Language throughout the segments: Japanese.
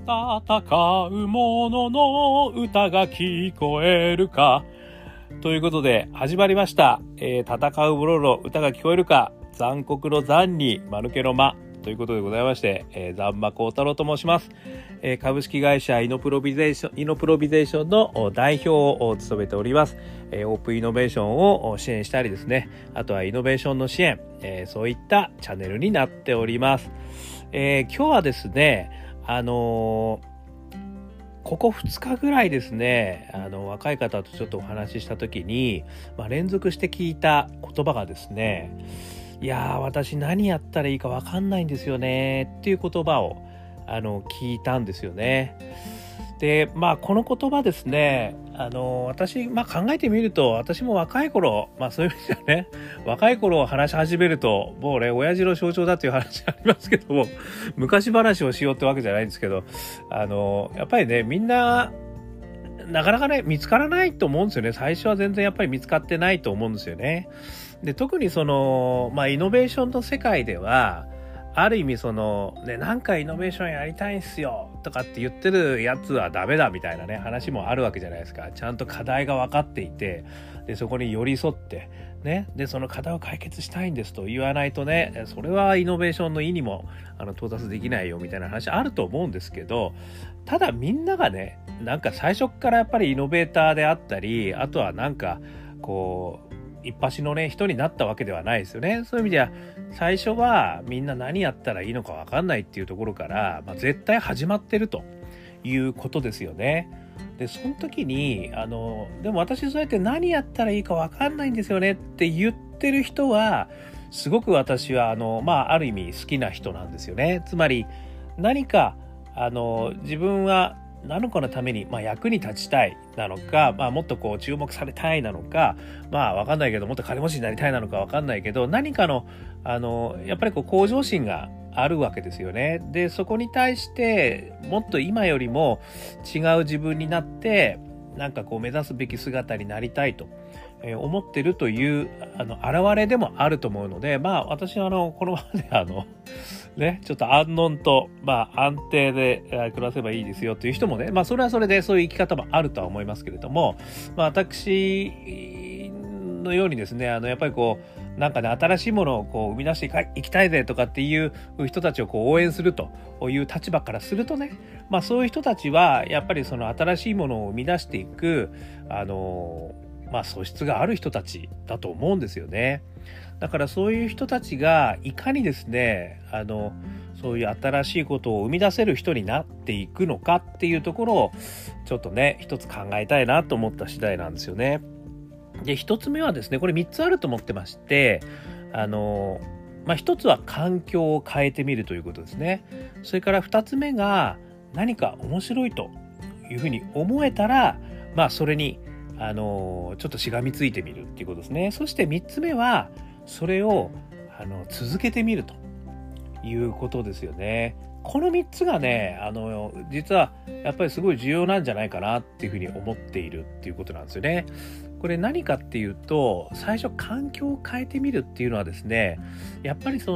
戦う者の歌が聞こえるか。ということで始まりました。戦う者の歌が聞こえるか。残酷の残に間抜けの間ということでございまして、残馬幸太郎と申します。株式会社イノプロビゼーションの代表を務めております。オープンイノベーションを支援したりですね、あとはイノベーションの支援、そういったチャンネルになっております。今日はですね、ここ2日ぐらいですね、若い方とちょっとお話しした時に、連続して聞いた言葉がですね、いやー私何やったらいいか分かんないんですよねっていう言葉を聞いたんですよね。でこの言葉ですね、私考えてみると、私も若い頃、そういう意味ではね、若い頃話し始めるともうね親父の象徴だという話ありますけども、昔話をしようってわけじゃないんですけど、やっぱりねみんななかなかね見つからないと思うんですよね。最初は全然やっぱり見つかってないと思うんですよね。で特にイノベーションの世界ではある意味なんかイノベーションやりたいんすよとかって言ってるやつはダメだみたいなね話もあるわけじゃないですか。ちゃんと課題が分かっていて、でそこに寄り添ってね、でその課題を解決したいんですと言わないとね、それはイノベーションの意にも到達できないよみたいな話あると思うんですけど、ただみんながねなんか最初からやっぱりイノベーターであったり、あとはなんかこう一発のね人になったわけではないですよね。そういう意味では最初はみんな何やったらいいのか分かんないっていうところから、絶対始まってるということですよね。でその時にでも私そうやって何やったらいいか分かんないんですよねって言ってる人はすごく私はある意味好きな人なんですよね。つまり何か自分は何かのために、役に立ちたいなのか、もっとこう注目されたいなのか、わかんないけどもっと金持ちになりたいなのかわかんないけど、何かのやっぱりこう向上心があるわけですよね。でそこに対してもっと今よりも違う自分になってなんかこう目指すべき姿になりたいと思ってるという現れでもあると思うので、私はこのままでね、ちょっと安穏と、安定で暮らせばいいですよという人もね、それはそれでそういう生き方もあるとは思いますけれども、私のようにですね、やっぱりこうなんかね新しいものをこう生み出していきたいぜとかっていう人たちをこう応援するという立場からするとね、そういう人たちはやっぱりその新しいものを生み出していく素質がある人たちだと思うんですよね。だからそういう人たちがいかにですねそういう新しいことを生み出せる人になっていくのかっていうところをちょっとね一つ考えたいなと思った次第なんですよね。で一つ目はですね、これ3つあると思ってまして、一つは環境を変えてみるということですね。それから2つ目が何か面白いというふうに思えたらそれにちょっとしがみついてみるっていうことですね。そして3つ目はそれを続けてみるということですよね。この3つがね実はやっぱりすごい重要なんじゃないかなっていうふうに思っているっていうことなんですよね。これ何かっていうと、最初環境を変えてみるっていうのはですね、やっぱりす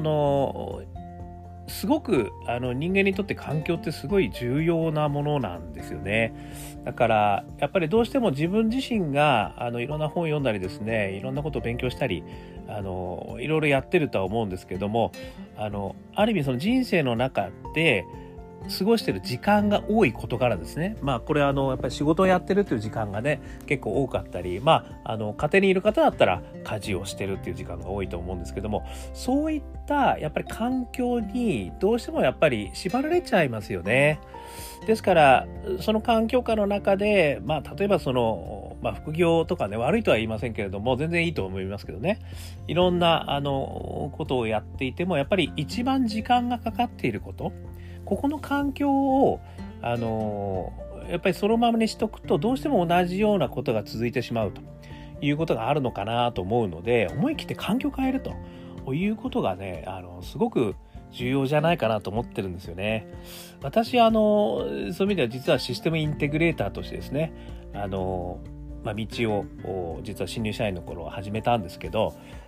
ごく人間にとって環境ってすごい重要なものなんですよね。だからやっぱりどうしても自分自身がいろんな本を読んだりですね、いろんなことを勉強したりいろいろやってるとは思うんですけども、ある意味その人生の中で過ごしてる時間が多いことからですね、これやっぱり仕事をやってるっていう時間がね結構多かったり、家庭にいる方だったら家事をしてるっていう時間が多いと思うんですけども、そういったやっぱり環境にどうしてもやっぱり縛られちゃいますよね。ですからその環境下の中で例えば副業とかね、悪いとは言いませんけれども全然いいと思いますけどね、いろんなことをやっていてもやっぱり一番時間がかかっていること、ここの環境をやっぱりそのままにしとくとどうしても同じようなことが続いてしまうということがあるのかなと思うので、思い切って環境を変えるということがねすごく重要じゃないかなと思ってるんですよね。私そういう意味では実はシステムインテグレーターとしてですね道を実は新入社員の頃始めたんですけど、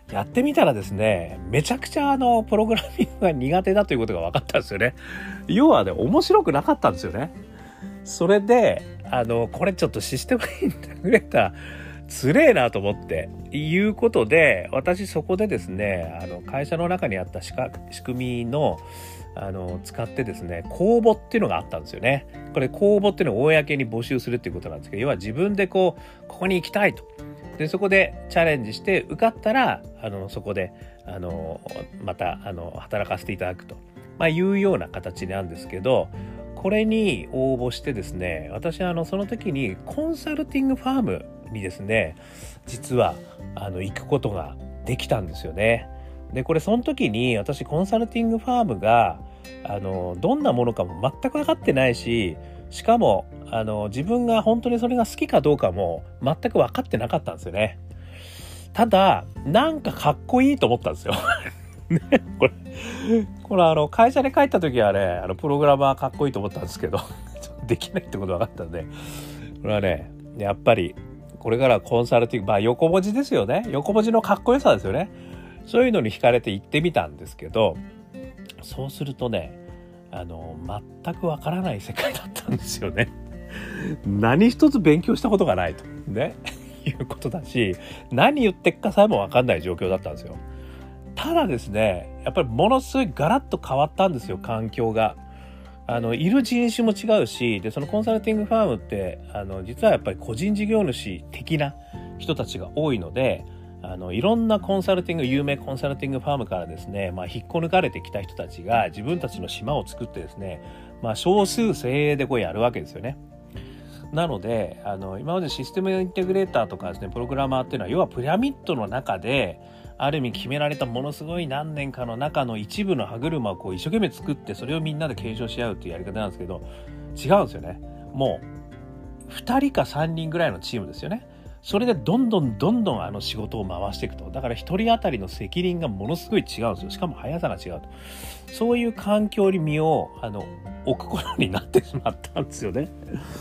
やってみたらですね、めちゃくちゃプログラミングが苦手だということが分かったんですよね。要はね、面白くなかったんですよね。それで、これちょっとシステムインテグレーター、つれえなと思っていうことで、私そこでですね、会社の中にあった仕組みの、使ってですね、公募っていうのがあったんですよね。これ公募っていうのを公に募集するっていうことなんですけど、要は自分でここに行きたいと。で、そこでチャレンジして受かったら、そこで、また、働かせていただくと、いうような形なんですけど、これに応募してですね、私はその時にコンサルティングファームにですね、実は行くことができたんですよね。で、これその時に私コンサルティングファームがどんなものかも全く分かってないし、しかも自分が本当にそれが好きかどうかも全く分かってなかったんですよね。ただなんかかっこいいと思ったんですよ。ね、これ会社に帰った時はね、プログラマーかっこいいと思ったんですけどできないってこと分かったんで、これはね、やっぱりこれからコンサルティング、横文字ですよね。横文字のかっこよさですよね。そういうのに惹かれて行ってみたんですけど、そうするとね、全くわからない世界だったんですよね。何一つ勉強したことがないとねいうことだし、何言ってっかさえもわかんない状況だったんですよ。ただですね、やっぱりものすごいガラッと変わったんですよ、環境が。いる人種も違うし、でそのコンサルティングファームって実はやっぱり個人事業主的な人たちが多いので、いろんなコンサルティング、有名コンサルティングファームからですね、引っこ抜かれてきた人たちが自分たちの島を作ってですね、少数精鋭でこうやるわけですよね。なので今までシステムインテグレーターとかですね、プログラマーっていうのは要はピラミッドの中である意味決められたものすごい何年かの中の一部の歯車をこう一生懸命作って、それをみんなで継承し合うっていうやり方なんですけど、違うんですよね。もう2人か3人ぐらいのチームですよね。それでどんどん仕事を回していくと。だから1人当たりの責任がものすごい違うんですよ。しかも速さが違うと。そういう環境に身を置くことになってしまったんですよね。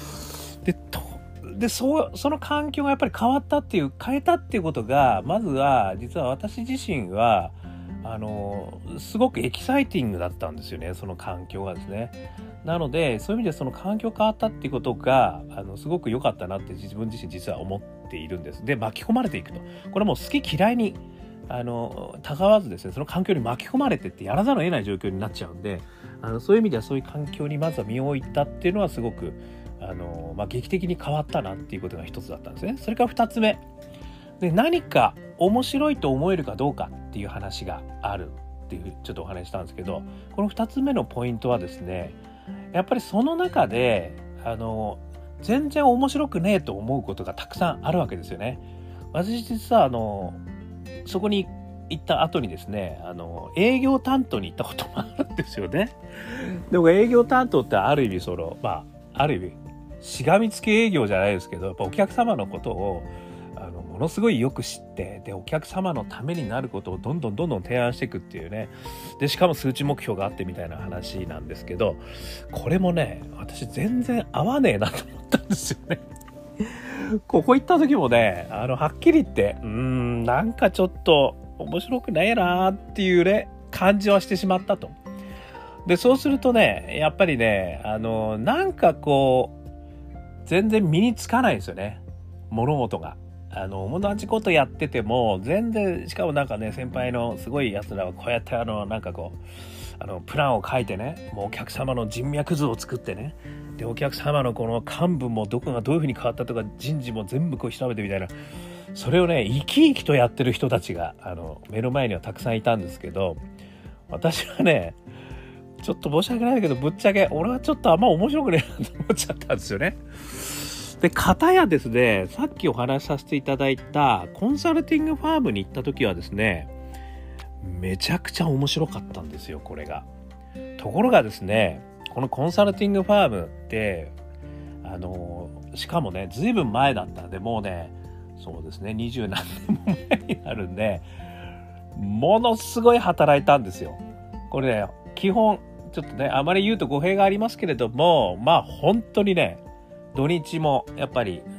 でその環境がやっぱり変えたっていうことが、まずは実は私自身はすごくエキサイティングだったんですよね、その環境がですね。なのでそういう意味でその環境変わったっていうことがすごく良かったなって自分自身実は思っているんです。で、巻き込まれていくと、これも好き嫌いにたがわずですね、その環境に巻き込まれてってやらざるを得ない状況になっちゃうんで、そういう意味ではそういう環境にまずは身を置いたっていうのはすごく劇的に変わったなっていうことが一つだったんですね。それから二つ目で、何か面白いと思えるかどうかっていう話があるっていうちょっとお話したんですけど、この2つ目のポイントはですね、やっぱりその中で全然面白くねえと思うことがたくさんあるわけですよね。私実はそこに行った後にですね、営業担当に行ったこともあるんですよね。でも営業担当ってある意味ある意味しがみつき営業じゃないですけど、やっぱお客様のことをものすごいよく知って、でお客様のためになることをどんどん提案していくっていうね。でしかも数値目標があってみたいな話なんですけど、これもね、私全然合わねえなと思ったんですよね。ここ行った時もね、はっきり言ってなんかちょっと面白くないなっていうね感じはしてしまったと。でそうするとね、やっぱりねなんかこう全然身につかないんですよね、物事が。同じことやってても全然、しかもなんかね、先輩のすごいやつらはこうやってなんかこうプランを書いてね、もうお客様の人脈図を作ってね、でお客様のこの幹部もどこがどういう風に変わったとか、人事も全部こう調べてみたいな、それをね生き生きとやってる人たちが目の前にはたくさんいたんですけど、私はねちょっと申し訳ないけど、ぶっちゃけ俺はちょっとあんま面白くねえなと思っちゃったんですよね。で、片やですね、さっきお話しさせていただいたコンサルティングファームに行った時はですね、めちゃくちゃ面白かったんですよ、これが。ところがですね、このコンサルティングファームってしかもね、ずいぶん前だったんで、もうね、そうですね、20何年も前になるんで、ものすごい働いたんですよ。これね、基本ちょっとね、あまり言うと語弊がありますけれども、本当にね、土日もやっぱり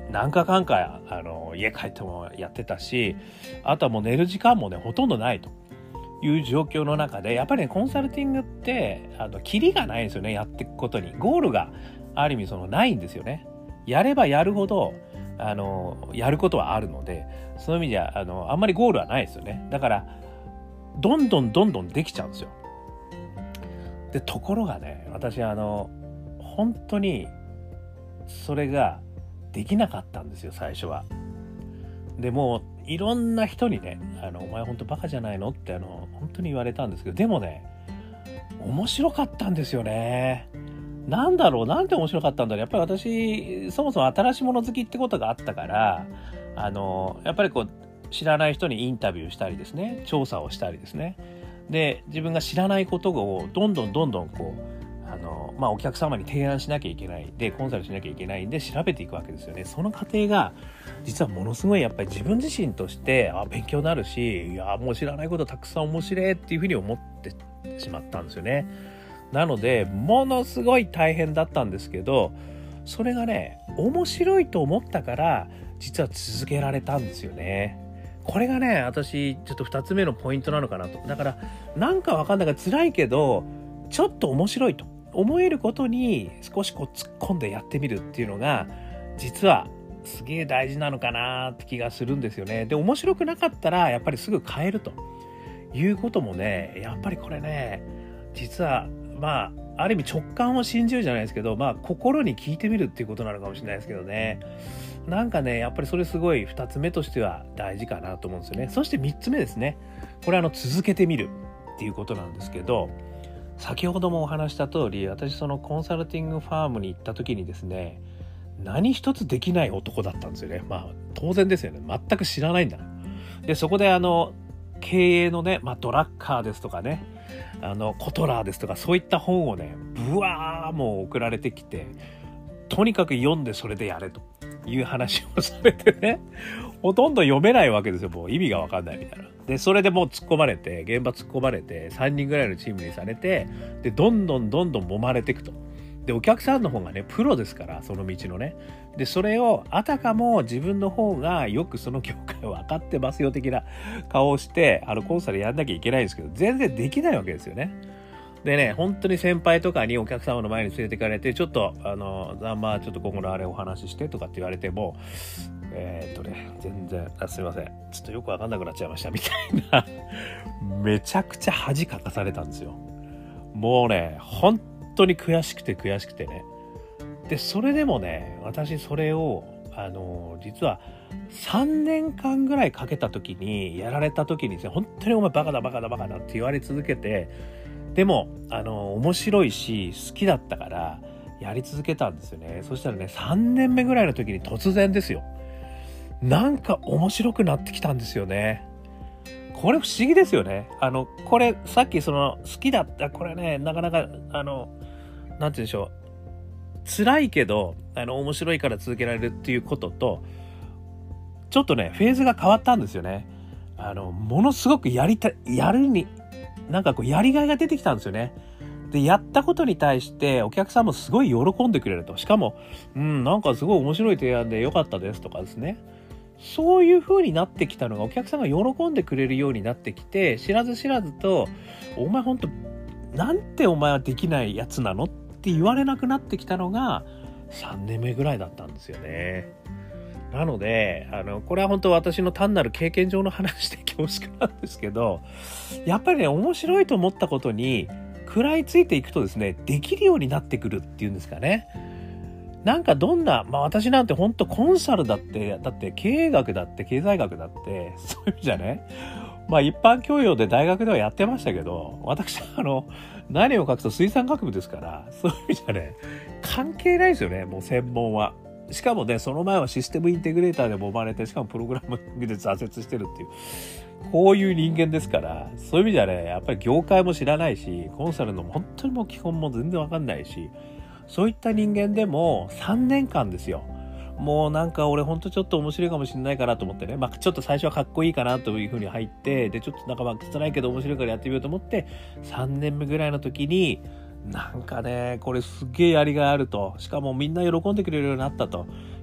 何回かんか家帰ってもやってたし、あとはもう寝る時間もねほとんどないという状況の中で、やっぱりねコンサルティングってキリがないんですよね。やっていくことにゴールがある意味ないんですよね。やればやるほどやることはあるので、そういう意味じゃあんまりゴールはないですよね。だからどんどんできちゃうんですよ。でところがね、私本当にそれができなかったんですよ、最初は。でもういろんな人にねお前本当バカじゃないのって本当に言われたんですけど、でもね面白かったんですよね。なんで面白かったんだろう。やっぱり私そもそも新しいもの好きってことがあったから、やっぱり知らない人にインタビューしたりですね、調査をしたりですね、で自分が知らないことをどんどんお客様に提案しなきゃいけないで、コンサルしなきゃいけないんで調べていくわけですよね。その過程が実はものすごいやっぱり自分自身として勉強になるし、いやもう知らないことたくさん面白いっていうふうに思ってしまったんですよね。なのでものすごい大変だったんですけど、それがね面白いと思ったから実は続けられたんですよね。これがね私ちょっと2つ目のポイントなのかなと。だからなんかわかんないから辛いけどちょっと面白いと思えることに少し突っ込んでやってみるっていうのが実はすげえ大事なのかなって気がするんですよね。で面白くなかったらやっぱりすぐ変えるということもね、やっぱりこれね実はある意味直感を信じるじゃないですけど、心に聞いてみるっていうことなのかもしれないですけどね。なんかねやっぱりそれすごい2つ目としては大事かなと思うんですよね。そして3つ目ですね、これ続けてみるっていうことなんですけど、先ほどもお話した通り、私そのコンサルティングファームに行った時にですね、何一つできない男だったんですよね。当然ですよね、全く知らないんだ。でそこで経営のね、ドラッカーですとかね、コトラーですとかそういった本をねブワーもう送られてきて、とにかく読んでそれでやれという話をされてね、ほとんど読めないわけですよ。もう意味が分かんないみたいな。でそれでもう現場突っ込まれて3人ぐらいのチームにされて、でどんどん揉まれていくと。でお客さんの方がねプロですから、その道のね。でそれをあたかも自分の方がよくその業界を分かってますよ的な顔をしてコンサルやんなきゃいけないんですけど、全然できないわけですよね。でね、本当に先輩とかにお客様の前に連れてかれて、ちょっとちょっと今後のあれお話ししてとかって言われても、全然すいませんちょっとよく分かんなくなっちゃいましたみたいなめちゃくちゃ恥かかされたんですよ。もうね本当に悔しくてね。でそれでもね私それを実は3年間ぐらいかけた時にやられた時にですね、本当にお前バカだって言われ続けて、でも面白いし好きだったからやり続けたんですよね。そしたらね3年目ぐらいの時に突然ですよ、なんか面白くなってきたんですよね。これ不思議ですよね。これさっき好きだったこれね、なかなかなんて言うんでしょう、辛いけど面白いから続けられるっていうこととちょっとねフェーズが変わったんですよね。ものすごくやるになんかやりがいが出てきたんですよね。でやったことに対してお客さんもすごい喜んでくれると。しかもなんかすごい面白い提案で良かったですとかですね、そういう風になってきたのがお客さんが喜んでくれるようになってきて、知らずとお前本当なんてお前はできないやつなのって言われなくなってきたのが3年目ぐらいだったんですよね。なのでこれは本当私の単なる経験上の話で恐縮なんですけど、やっぱりね面白いと思ったことに食らいついていくとですね、できるようになってくるっていうんですかね。なんかどんな私なんて本当コンサルだって経営学だって経済学だってそういう意味じゃね、一般教養で大学ではやってましたけど、私何を書くと水産学部ですから、そういう意味じゃね関係ないですよね、もう専門は。しかもねその前はシステムインテグレーターで揉まれて、しかもプログラミングで挫折してるっていうこういう人間ですから、そういう意味じゃねやっぱり業界も知らないし、コンサルの本当にもう基本も全然わかんないし、そういった人間でも3年間ですよ、もうなんか俺ほんとちょっと面白いかもしれないかなと思ってね、ちょっと最初はかっこいいかなというふうに入って、でちょっとなんか辛いけど面白いからやってみようと思って3年目ぐらいの時になんかねこれすげえやりがいあると、しかもみんな喜んでくれるようになったと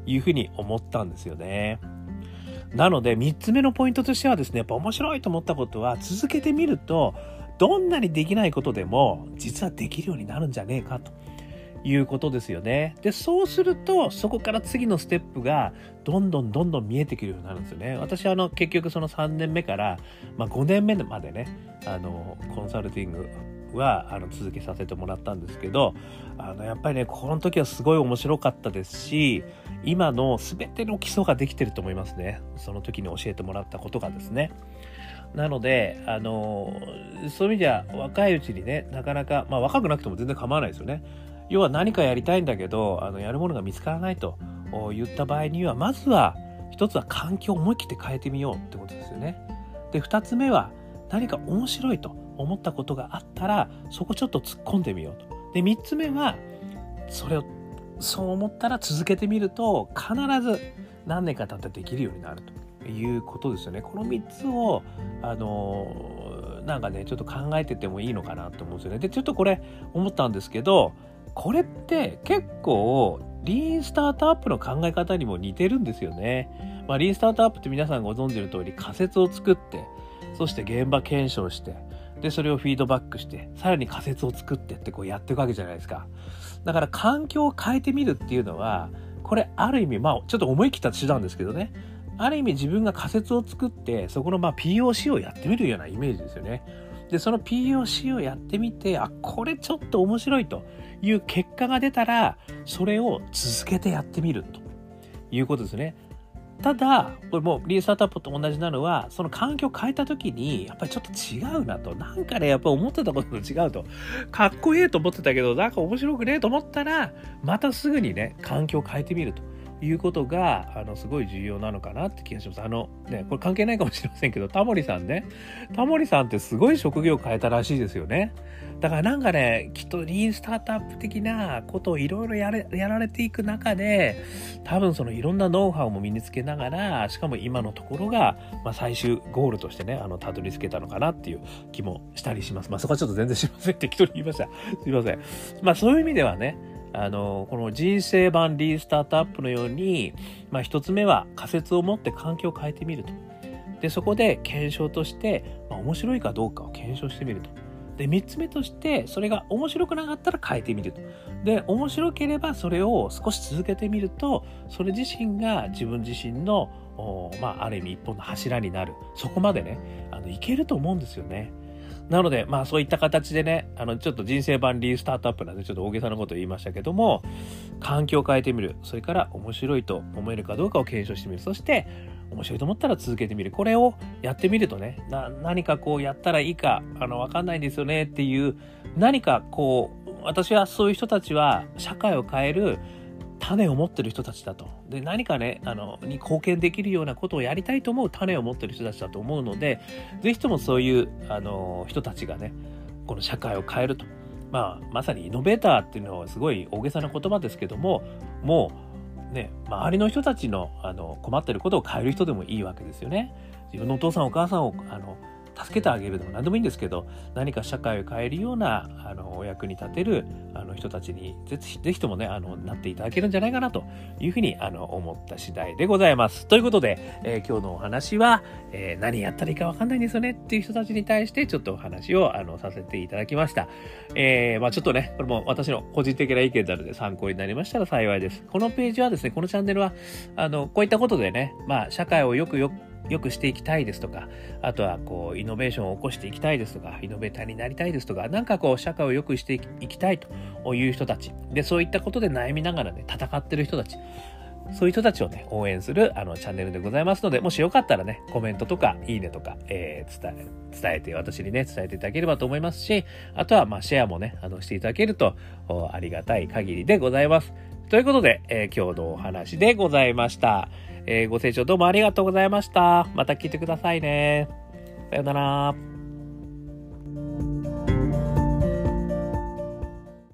いうふうに思ったんですよね。なので3つ目のポイントとしてはですね、やっぱ面白いと思ったことは続けてみるとどんなにできないことでも実はできるようになるんじゃねえかということですよね。で、そうするとそこから次のステップがどんどん見えてくるようになるんですよね。私は結局その3年目から、5年目までねコンサルティングは続けさせてもらったんですけど、やっぱりねこの時はすごい面白かったですし、今の全ての基礎ができてると思いますね。その時に教えてもらったことがですね。なのでそういう意味では若いうちにね、なかなか若くなくても全然構わないですよね。要は何かやりたいんだけどやるものが見つからないと言った場合には、まずは一つは環境を思い切って変えてみようってことですよね。で、二つ目は何か面白いと思ったことがあったらそこちょっと突っ込んでみようと。で、三つ目はそう思ったら続けてみると必ず何年か経ってできるようになるということですよね。この3つをなんかねちょっと考えててもいいのかなと思うんですよね。で、ちょっとこれ思ったんですけど、これって結構リーンスタートアップの考え方にも似てるんですよね。リーンスタートアップって皆さんご存知の通り仮説を作って、そして現場検証して、でそれをフィードバックして、さらに仮説を作ってってやっていくわけじゃないですか。だから環境を変えてみるっていうのは、これある意味ちょっと思い切った手段ですけどね、ある意味自分が仮説を作ってそこのPOC をやってみるようなイメージですよね。で、その POC をやってみて、これちょっと面白いという結果が出たら、それを続けてやってみるということですね。ただこれもリーンスタートアップと同じなのは、その環境を変えた時にやっぱりちょっと違うなと、なんかねやっぱ思ってたことと違うと、かっこいいと思ってたけどなんか面白くねえと思ったら、またすぐにね環境を変えてみるということがすごい重要なのかなって気がします。これ関係ないかもしれませんけど、タモリさんってすごい職業を変えたらしいですよね。だからなんかね、きっとリーンスタートアップ的なことをいろいろやられていく中で、多分そのいろんなノウハウも身につけながら、しかも今のところが、最終ゴールとしてねたどり着けたのかなっていう気もしたりします。そこはちょっと全然すいません、適当に言いました。すいません。そういう意味ではね、この人生版リーンスタートアップのように、一つ目は仮説を持って環境を変えてみると。で、そこで検証として、面白いかどうかを検証してみると。で、3つ目としてそれが面白くなかったら変えてみると。で、面白ければそれを少し続けてみると、それ自身が自分自身のある意味一本の柱になる、そこまでねいけると思うんですよね。なのでそういった形でねちょっと人生版リーンスタートアップなんでちょっと大げさなことを言いましたけども、環境を変えてみる、それから面白いと思えるかどうかを検証してみる、そして面白いと思ったら続けてみる。これをやってみるとね、何かやったらいいか分かんないんですよねっていう、何か私はそういう人たちは社会を変える種を持ってる人たちだと。で、何かねに貢献できるようなことをやりたいと思う種を持ってる人たちだと思うので、ぜひともそういう人たちがねこの社会を変えると、まさにイノベーターっていうのはすごい大げさな言葉ですけども、もうね周りの人たちの困ってることを変える人でもいいわけですよね。自分のお父さんお母さんを助けてあげるでも何でもいいんですけど、何か社会を変えるようなお役に立てる人たちにぜひともねなっていただけるんじゃないかなというふうに思った次第でございます。ということで、今日のお話は、何やったらいいか分かんないんですよねっていう人たちに対してちょっとお話をさせていただきました。ちょっとねこれも私の個人的な意見なので参考になりましたら幸いです。このページはですね、このチャンネルはこういったことでね、社会をよくしていきたいですとか、あとはイノベーションを起こしていきたいですとか、イノベーターになりたいですとか、なんか社会を良くしていきたいという人たちで、そういったことで悩みながらね戦ってる人たち、そういう人たちをね応援するチャンネルでございますので、もしよかったらねコメントとかいいねとか、伝えて私にね伝えていただければと思いますし、あとはシェアもねしていただけるとありがたい限りでございます。ということで、今日のお話でございました。ご清聴どうもありがとうございました。また聞いてくださいね。さようなら。